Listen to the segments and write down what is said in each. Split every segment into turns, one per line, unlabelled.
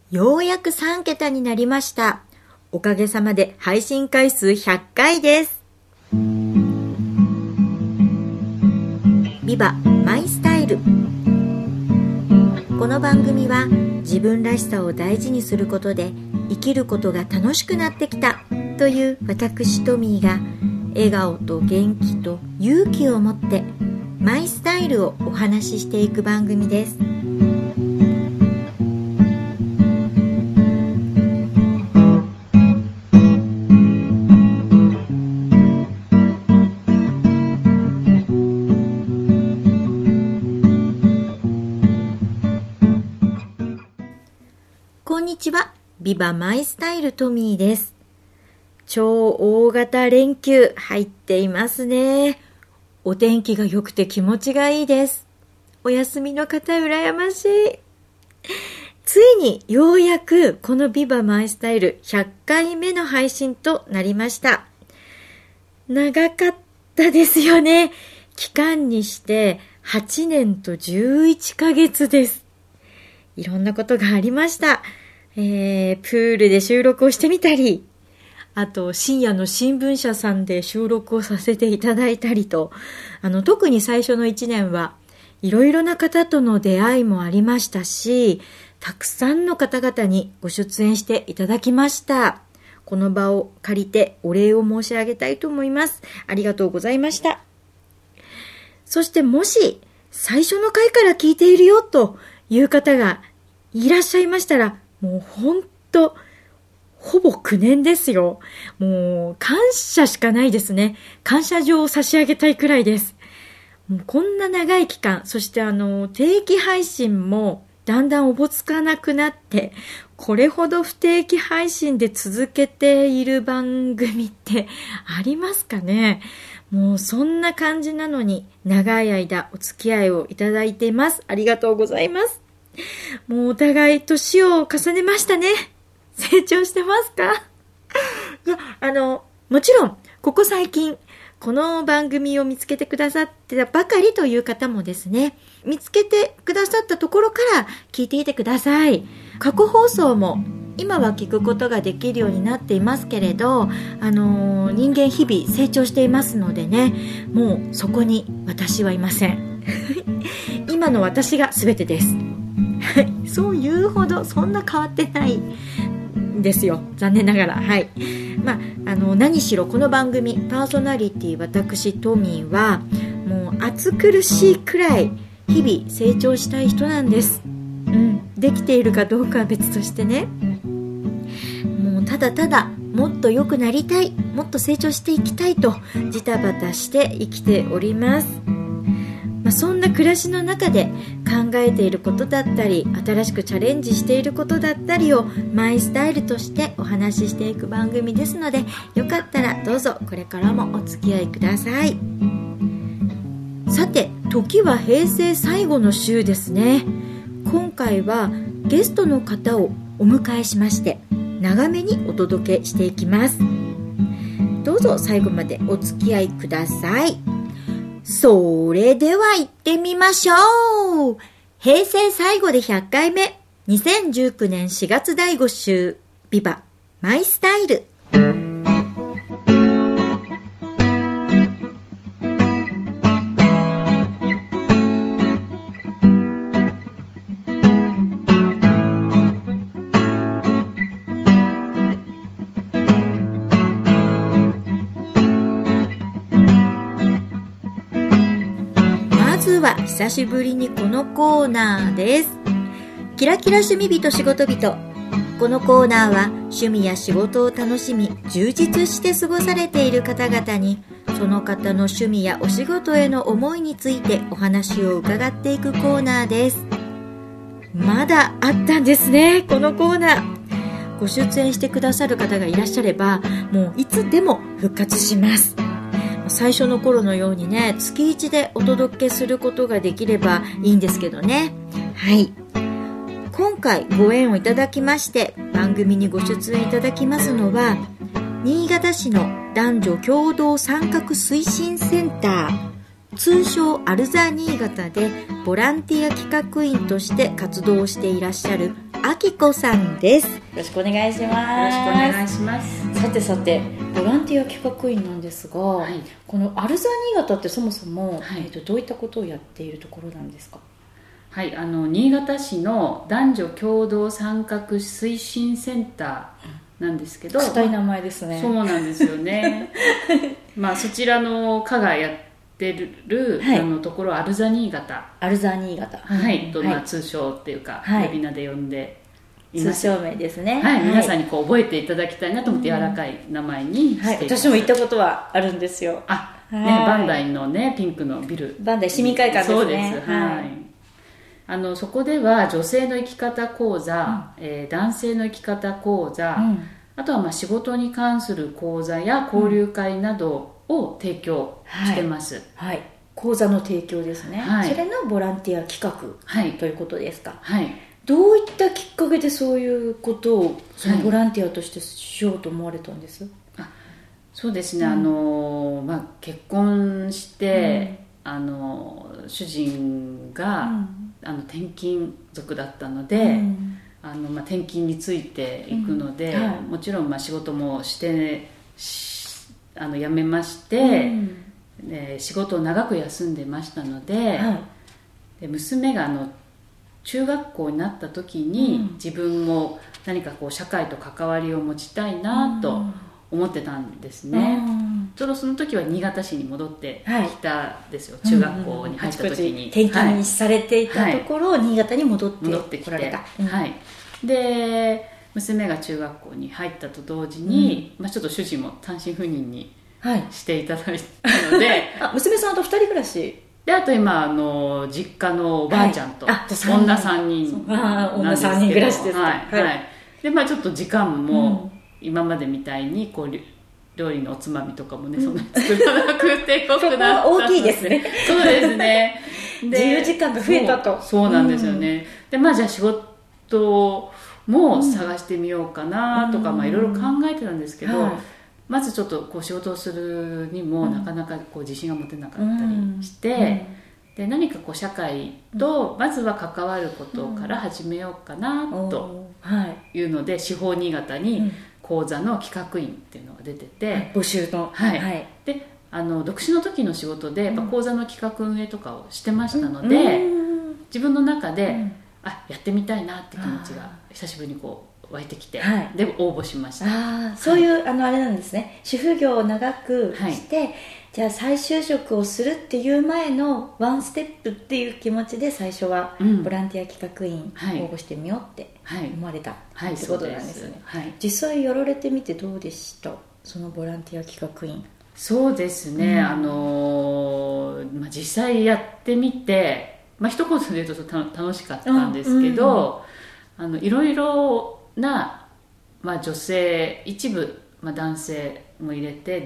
ようやく3桁になりました。おかげさまで配信回数100回です。ビバマイスタイル。この番組は自分らしさを大事にすることで生きることが楽しくなってきたという私トミーが笑顔と元気と勇気を持ってマイスタイルをお話ししていく番組です。こんにちは、ビバマイスタイルトミーです。超大型連休入っていますね。お天気が良くて気持ちがいいです。お休みの方羨ましい。ついにようやくこのビバマイスタイル100回目の配信となりました。長かったですよね。期間にして8年と11ヶ月です。いろんなことがありました。プールで収録をしてみたり、あと深夜の新聞社さんで収録をさせていただいたりと、特に最初の1年はいろいろな方との出会いもありましたし、たくさんの方々にご出演していただきました。この場を借りてお礼を申し上げたいと思います。ありがとうございました。そしてもし最初の回から聞いているよという方がいらっしゃいましたら、もうほぼ9年ですよ。もう感謝しかないですね。感謝状を差し上げたいくらいです。もうこんな長い期間、そして定期配信もだんだんおぼつかなくなって、これほど不定期配信で続けている番組ってありますかね。もうそんな感じなのに長い間お付き合いをいただいています。ありがとうございます。もうお互い年を重ねましたね。成長してますか？もちろんここ最近この番組を見つけてくださってたばかりという方もですね、見つけてくださったところから聞いていてください。過去放送も今は聞くことができるようになっていますけれど、人間日々成長していますのでね、もうそこに私はいません。今の私が全てです。そういうほどそんな変わってないんですよ、残念ながら。はい。何しろこの番組パーソナリティ私トミーはもう暑苦しいくらい日々成長したい人なんです。できているかどうかは別としてね、もうただただもっと良くなりたい、もっと成長していきたいとジタバタして生きております。そんな暮らしの中で考えていることだったり、新しくチャレンジしていることだったりをマイスタイルとしてお話ししていく番組ですので、よかったらどうぞこれからもお付き合いください。さて、時は平成最後の週ですね。今回はゲストの方をお迎えしまして、長めにお届けしていきます。どうぞ最後までお付き合いください。それでは行ってみましょう。平成最後で100回目、2019年4月第5週、ビバマイスタイル。久しぶりにこのコーナーです。キラキラ趣味人仕事人。このコーナーは趣味や仕事を楽しみ充実して過ごされている方々に、その方の趣味やお仕事への思いについてお話を伺っていくコーナーです。まだあったんですね、このコーナー。ご出演してくださる方がいらっしゃれば、もういつでも復活します。最初の頃のようにね、月1でお届けすることができればいいんですけどね。はい。今回ご縁をいただきまして番組にご出演いただきますのは、新潟市の男女共同参画推進センター、通称アルザ新潟でボランティア企画員として活動していらっしゃるあきこさんです。よろしくお願いします。
よろしくお願いします。
さてボランティア企画員なんですが、はい、このアルザ新潟ってそもそも、はい、どういったことをやっているところなんですか？
はい、新潟市の男女共同参画推進センターなんですけど、
固い名前ですね。
そうなんですよねそちらの課がやってる、はい、ところアルザ新潟、はい、どんな通称っていうか、はい、呼び名で呼んでいます。
通称名ですね。
はい、皆さんにこう覚えていただきたいなと思って柔らかい名前にしています。
私も行ったことはあるんですよ。
バンダイのね、ピンクのビル、
バンダイ市民会館ですね。
そうです。はい。そこでは女性の生き方講座、男性の生き方講座、あとは仕事に関する講座や交流会などを提供してます。
はい、講座の提供ですね。はい、それのボランティア企画、はい、ということですか？はい。どういったきっかけでそういうことをそのボランティアとしてしようと思われたんです？
そうですね、結婚して、主人が、転勤族だったので、転勤についていくので、もちろん仕事もして辞めまして、仕事を長く休んでましたので、で娘が中学校になった時に、自分も何かこう社会と関わりを持ちたいなと思ってたんですね。ちょうどその時は新潟市に戻ってきたんですよ、中学校に入った時に。
転勤されていたところ、新潟に戻ってこられた。
はい。で娘が中学校に入ったと同時に、ちょっと主人も単身赴任にしていただいたので、
娘さんと2人暮らし
で、あと今実家のおばあちゃんと女3人なんですけど、
女3人暮らしですか？
でちょっと時間も今までみたいにこう料理のおつまみとかもね、そんなに作らなくてよくなった。
大きいですね。
そうですね。
自由時間が増えたと。
そうなんですよね。でじゃあ仕事も探してみようかなとか、いろいろ考えてたんですけど、まずちょっとこう仕事をするにもなかなかこう自信が持てなかったりして、で何かこう社会とまずは関わることから始めようかなというので、司法新潟に講座の企画員っていうのが出てて、
募集の、
で独身の時の仕事でやっぱ講座の企画運営とかをしてましたので、自分の中で、やってみたいなって気持ちが久しぶりにこう湧いてきて、で応募しました。
そういう、あれなんですね。主婦業を長くして、じゃあ再就職をするっていう前のワンステップっていう気持ちで最初はボランティア企画員応募してみようって思われたってことなんですね。実際やられてみてどうでした？そのボランティア企画員。
そうですね、実際やってみて、一言で言うと楽しかったんですけど、いろいろな、女性一部、男性も入れて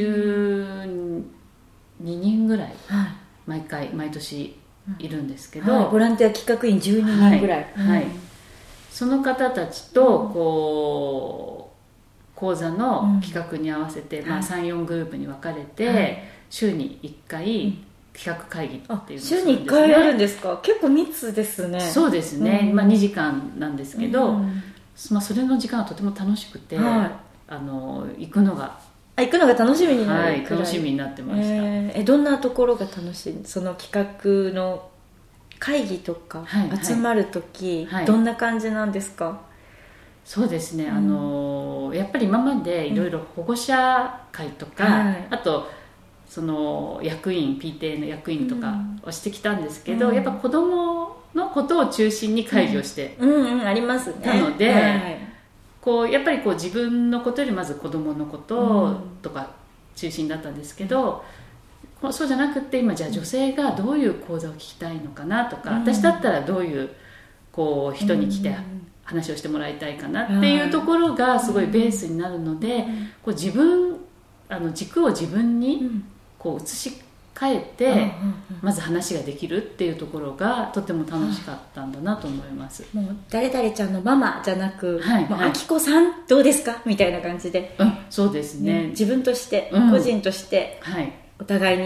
12人ぐらい毎年いるんですけど、
ボランティア企画員12人ぐらい、
その方たちとこう講座の企画に合わせて、3,4 グループに分かれて、週に1回企画会議っていうのをするんですね。
週に1回あるんですか？結構密ですね。
そうですね、2時間なんですけど、それの時間はとても楽しくて、行くのが
楽しみになるくらい、
楽しみになってました。
どんなところが楽しい？その企画の会議とか集まるとき、どんな感じなんですか？
そうですね、やっぱり今までいろいろ保護者会とか、あとそのPTA の役員とかをしてきたんですけど、やっぱ子供のことを中心に会議をして
ありますね。
なので、こうやっぱりこう自分のことよりまず子供のこととか中心だったんですけど、そうじゃなくて今じゃあ女性がどういう講座を聞きたいのかなとか、私だったらどういうこう人に来て話をしてもらいたいかなっていうところがすごいベースになるので、こう軸を自分にこう移し変えてまず話ができるっていうところがとても楽しかったんだなと思います。
もう誰々ちゃんのママじゃなく、あきこさんどうですかみたいな感じで、
そうですね、
自分として、個人としてお互いに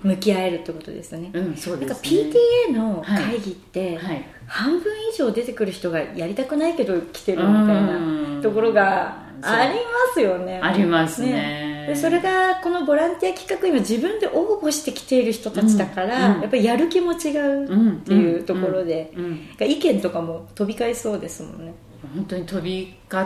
向き合えるってことですよね。
そうですね。
なんか PTA の会議って、半分以上出てくる人がやりたくないけど来てるみたいなところがありますよね。
ありますね。
でそれがこのボランティア企画には自分で応募してきている人たちだから、やっぱりやる気も違うっていうところで、意見とかも飛び交いそうですもんね。
本当に飛び交って、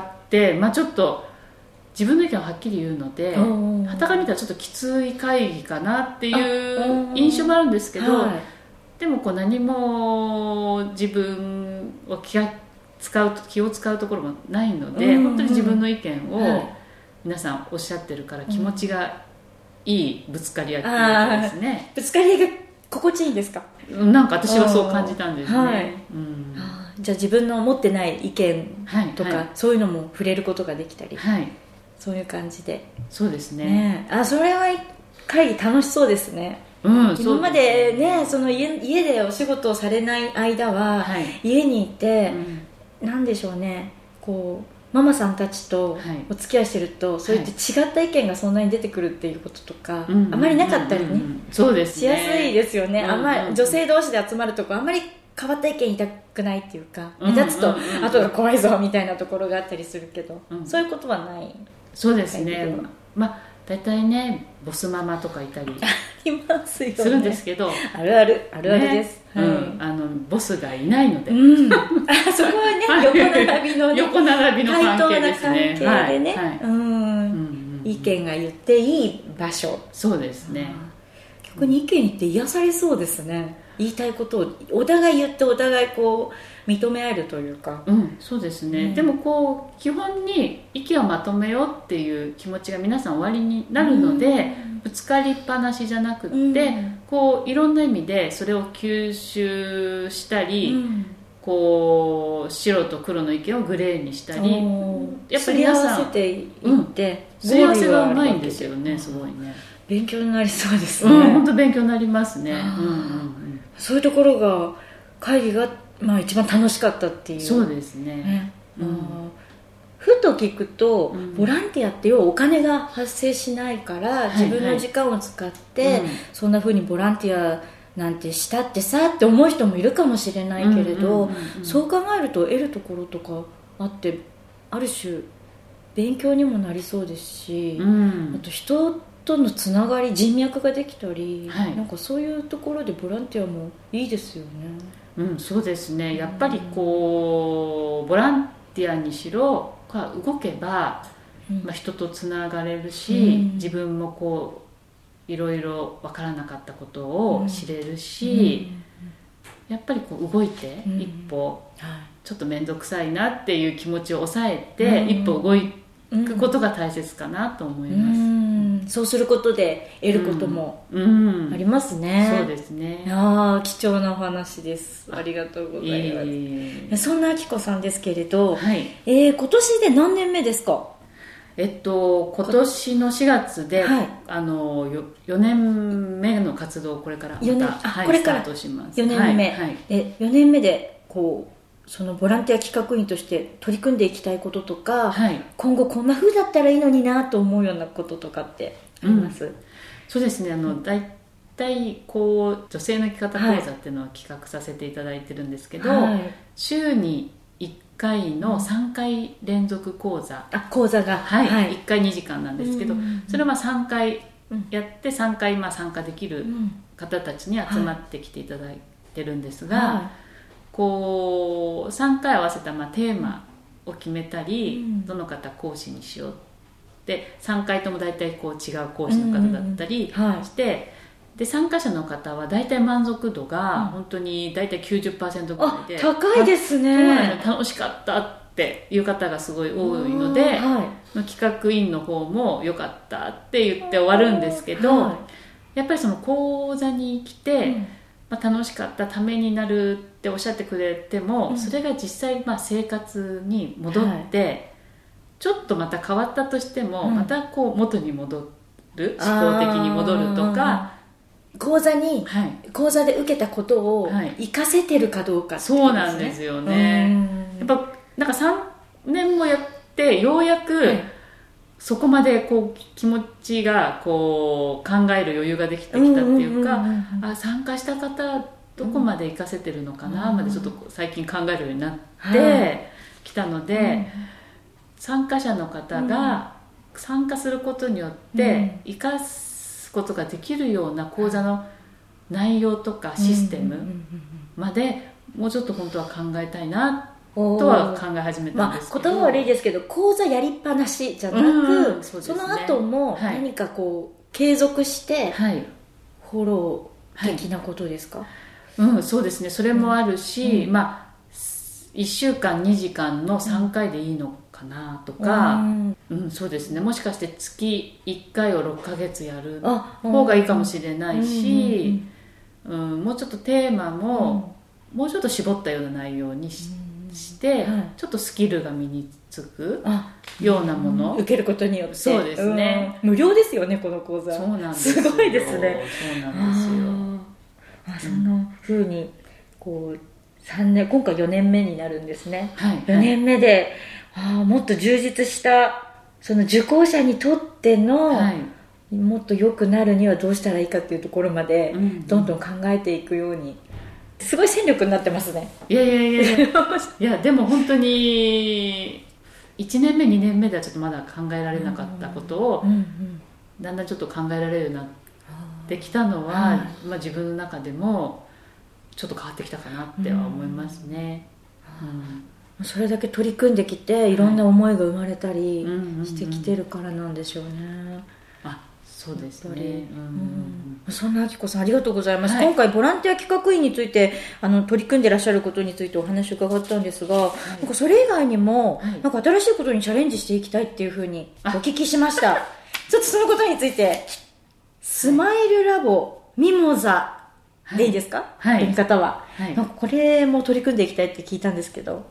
ちょっと自分の意見をはっきり言うので、傍から見たらちょっときつい会議かなっていう印象もあるんですけど、でも何も自分を気を使うところもないので、本当に自分の意見を皆さんおっしゃってるから気持ちがいいぶつかり合いっていうですね。
ぶつかり合いが心地いいんですか？
なんか私はそう感じたんですね。
じゃあ自分の持ってない意見とか、そういうのも触れることができたり、そういう感じで。
そうですね。
それは会議楽しそうですね。今までね、その家でお仕事をされない間は、家にいて、なんでしょうね、ママさんたちとお付き合いしてると、そういって違った意見がそんなに出てくるっていうこととか、あまりなかったりね、
そうですね、
しやすいですよね。あんまり女性同士で集まるとこあんまり変わった意見言いたくないっていうか、目立つと後が怖いぞみたいなところがあったりするけど、そういうことはない。
そうですね。大体ね、ボスママとかいたり
いますよね、
するんですけど、
あるあるです、
ボスがいないので、
そこはね、
横並びの関係ですね。
対等な関係でね、意見が言っていい場所。
そうですね。
逆に意見言って癒されそうですね。言いたいことをお互い言って、お互い認め合えるというか。
そうですね。でも基本に意見をまとめようっていう気持ちが皆さんおありになるので、ぶつかりっぱなしじゃなくって、いろんな意味でそれを吸収したり、白と黒の意見をグレーにしたり、
やっぱり皆さんすり合わせていって、
すり合わせがうまいんですよね。すごいね。
勉強になりそうですね。
本当勉強になりますね。
そういうところが会議が一番楽しかったっていう。
そうですね。
ふと聞くと、ボランティアって要はお金が発生しないから、自分の時間を使って、そんな風にボランティアなんてしたってさって思う人もいるかもしれないけれど、そう考えると得るところとかあって、ある種勉強にもなりそうですし、あと人とのつながり、人脈ができたり、なんかそういうところでボランティアもいいですよね。
そうですね。やっぱりボランティアにしろ動けば、人とつながれるし、自分もいろいろ分からなかったことを知れるし、やっぱり動いて一歩、ちょっと面倒くさいなっていう気持ちを抑えて、一歩動くことが大切かなと思います。
そうすることで得ることもありますね。
そうですね。
貴重なお話です。ありがとうございます。そんなあきこさんですけれど、今年で何年目ですか？
今年の4月で、4年目の活動をこれからまたスタートします。
4年目、4年目でそのボランティア企画員として取り組んでいきたいこととか、今後こんな風だったらいいのになと思うようなこととかってあります？
そうですね。だいたい女性の生き方講座っていうのを企画させていただいてるんですけど、週に1回の3回連続講座、
講座が、
1回2時間なんですけど、それは3回やって3回参加できる方たちに集まってきていただいてるんですが、3回合わせたテーマを決めたり、どの方講師にしようって3回とも大体違う講師の方だったりして、で参加者の方は大体満足度が本当に大体 90% ぐらいで、
高いですね。
楽しかったっていう方がすごい多いので、企画員の方も良かったって言って終わるんですけど、やっぱりその講座に来て、楽しかった、ためになるっておっしゃってくれても、それが実際生活に戻って、ちょっとまた変わったとしても、また元に戻る、思考的に戻るとか、
講座で受けたことを活かせてるかどうかってことですね。
そうなんですよね。やっぱなんか3年もやってようやく、 そこまでこう気持ちがこう考える余裕ができてきたっていうか、参加した方どこまで活かせてるのかなまでちょっと最近考えるようになってきたので、参加者の方が参加することによって活かすことができるような講座の内容とかシステムまでもうちょっと本当は考えたいなとは考え始めたんですけど、
言葉悪いですけど講座やりっぱなしじゃなく、その後も何かこう継続してフォロー的なことですか？
そうですね、それもあるし、1週間2時間の3回でいいのかなとか、そうですね、もしかして月1回を6ヶ月やる方がいいかもしれないし、もうちょっとテーマももうちょっと絞ったような内容にして、ちょっとスキルが身につくようなもの、
受けることによって。
そうですね、
無料ですよねこの講座。
そうなんですよ、
すごいですね。
そうなんですよ。
そんな風にこう3年、今回4年目になるんですね。4年目でもっと充実したその受講者にとっての、もっと良くなるにはどうしたらいいかっていうところまでどんどん考えていくように、すごい戦力になってますね。
いやでも本当に1年目2年目ではちょっとまだ考えられなかったことをだんだんちょっと考えられるようになってきたのは、自分の中でもちょっと変わってきたかなっては思いますね。
それだけ取り組んできていろんな思いが生まれたりしてきてるからなんでしょうね。
そうですね。
そんなあきこさんありがとうございます。今回ボランティア企画員について取り組んでいらっしゃることについてお話を伺ったんですが、なんかそれ以外にも、なんか新しいことにチャレンジしていきたいっていうふうにお聞きしました。ちょっとそのことについて、スマイルラボミモザでいいですか、読み方は、なんかこれも取り組んでいきたいって聞いたんですけど。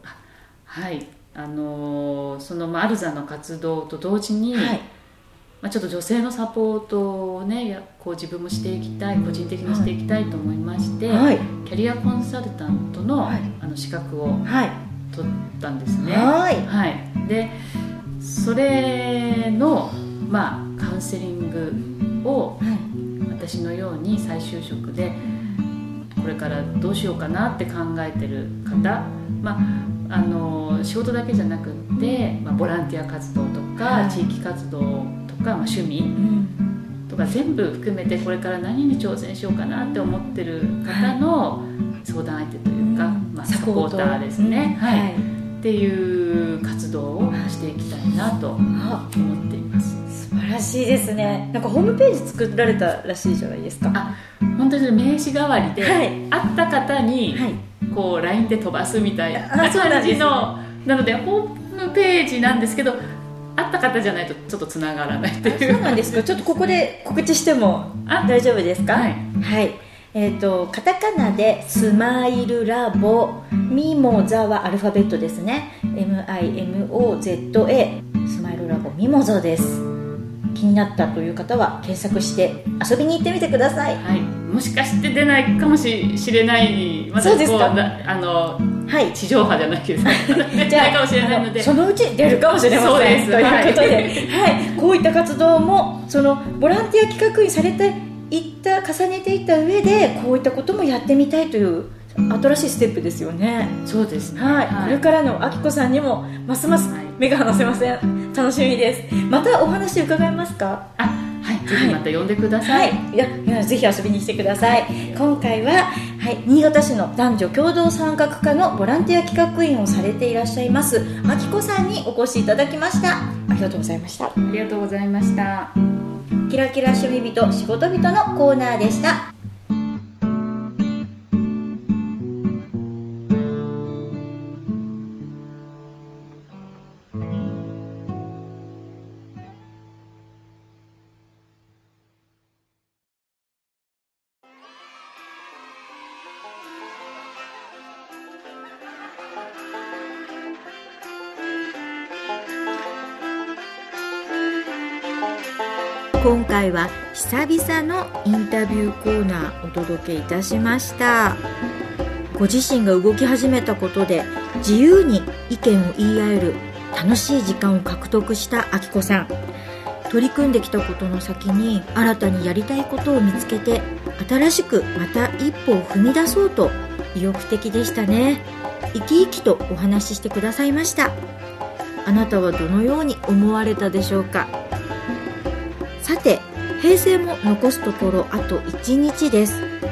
そのアルザの活動と同時に、ちょっと女性のサポートをね、こう自分もしていきたい、個人的にしていきたいと思いまして、キャリアコンサルタントの、資格を取ったんですね。でそれの、カウンセリングを、私のように再就職でこれからどうしようかなって考えてる方、仕事だけじゃなくって、ボランティア活動とか、地域活動とか、趣味とか全部含めてこれから何に挑戦しようかなって思ってる方の相談相手というか、サポーターですね、っていう活動をしていきたいなと思っています。
素晴らしいですね。なんかホームページ作られたらしいじゃないですか。
本当に名刺代わりで、会った方にこう LINE で飛ばすみたいな感じの、なのでホームページなんですけど、会った方じゃないとちょっとつながらないという。
そうなんですか。ちょっとここで告知しても大丈夫ですか？カタカナでスマイルラボ、ミモザはアルファベットですね。MIMOZA、スマイルラボミモザです。気になったという方は検索して遊びに行ってみてください。
もしかして出ないかもしれない、
そうですか。
地上波じゃないけど出ないかもしれないので、
そのうち出るかもしれません。そうです。ということで、こういった活動もそのボランティア企画員されて重ねていった上で、こういったこともやってみたいという新しいステップですよね。
そうですね。
これからのあきこさんにもますます目が離せません。楽しみです。またお話伺えますか？
ぜひまた呼んでください。
ぜひ遊びに来てください。今回は、新潟市の男女共同参画課のボランティア企画員をされていらっしゃいますあきこさんにお越しいただきました。ありがとうございました。
ありがとうございました。
キラキラ趣味人仕事人のコーナーでした。今回は久々のインタビューコーナーお届けいたしました。ご自身が動き始めたことで自由に意見を言い合える楽しい時間を獲得したあきこさん。取り組んできたことの先に新たにやりたいことを見つけて、新しくまた一歩を踏み出そうと意欲的でしたね。生き生きとお話ししてくださいました。あなたはどのように思われたでしょうか。さて、平成も残すところあと1日です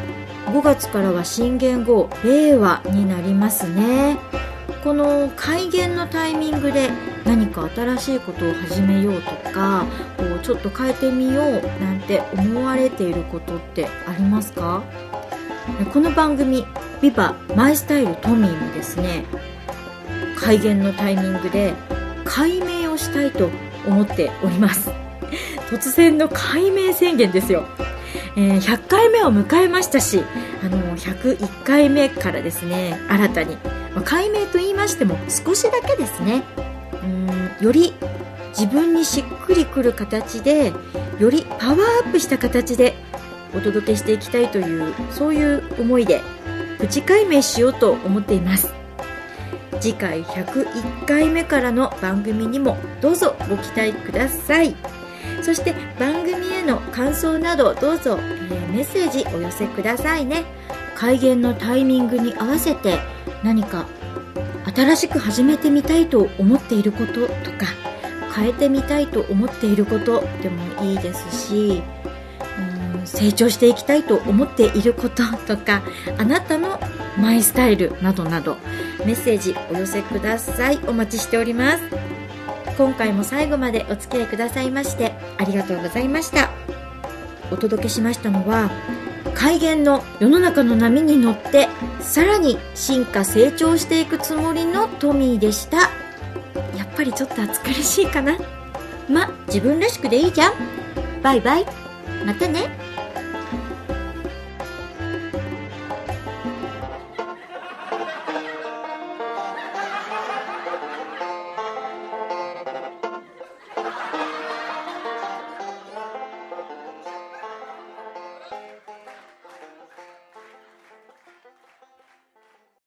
。5月からは新元号令和になりますね。この改元のタイミングで何か新しいことを始めようとか、ちょっと変えてみようなんて思われていることってありますか？この番組ビバマイスタイルトミーもですね、改元のタイミングで改名をしたいと思っております。突然の改名宣言ですよ。100回目を迎えましたし、101回目からですね、新たに、改名と言いましても少しだけですね、より自分にしっくりくる形で、よりパワーアップした形でお届けしていきたいという、そういう思いでプチ改名しようと思っています。次回101回目からの番組にもどうぞご期待ください。そして番組への感想などどうぞ、メッセージお寄せくださいね。改元のタイミングに合わせて何か新しく始めてみたいと思っていることとか、変えてみたいと思っていることでもいいですし、成長していきたいと思っていることとか、あなたのマイスタイルなどなどメッセージお寄せください。お待ちしております。今回も最後までお付き合いくださいましてありがとうございました。お届けしましたのは、改元の世の中の波に乗ってさらに進化成長していくつもりのトミーでした。やっぱりちょっと暑苦しいかな。自分らしくでいいじゃん。バイバイ、またね。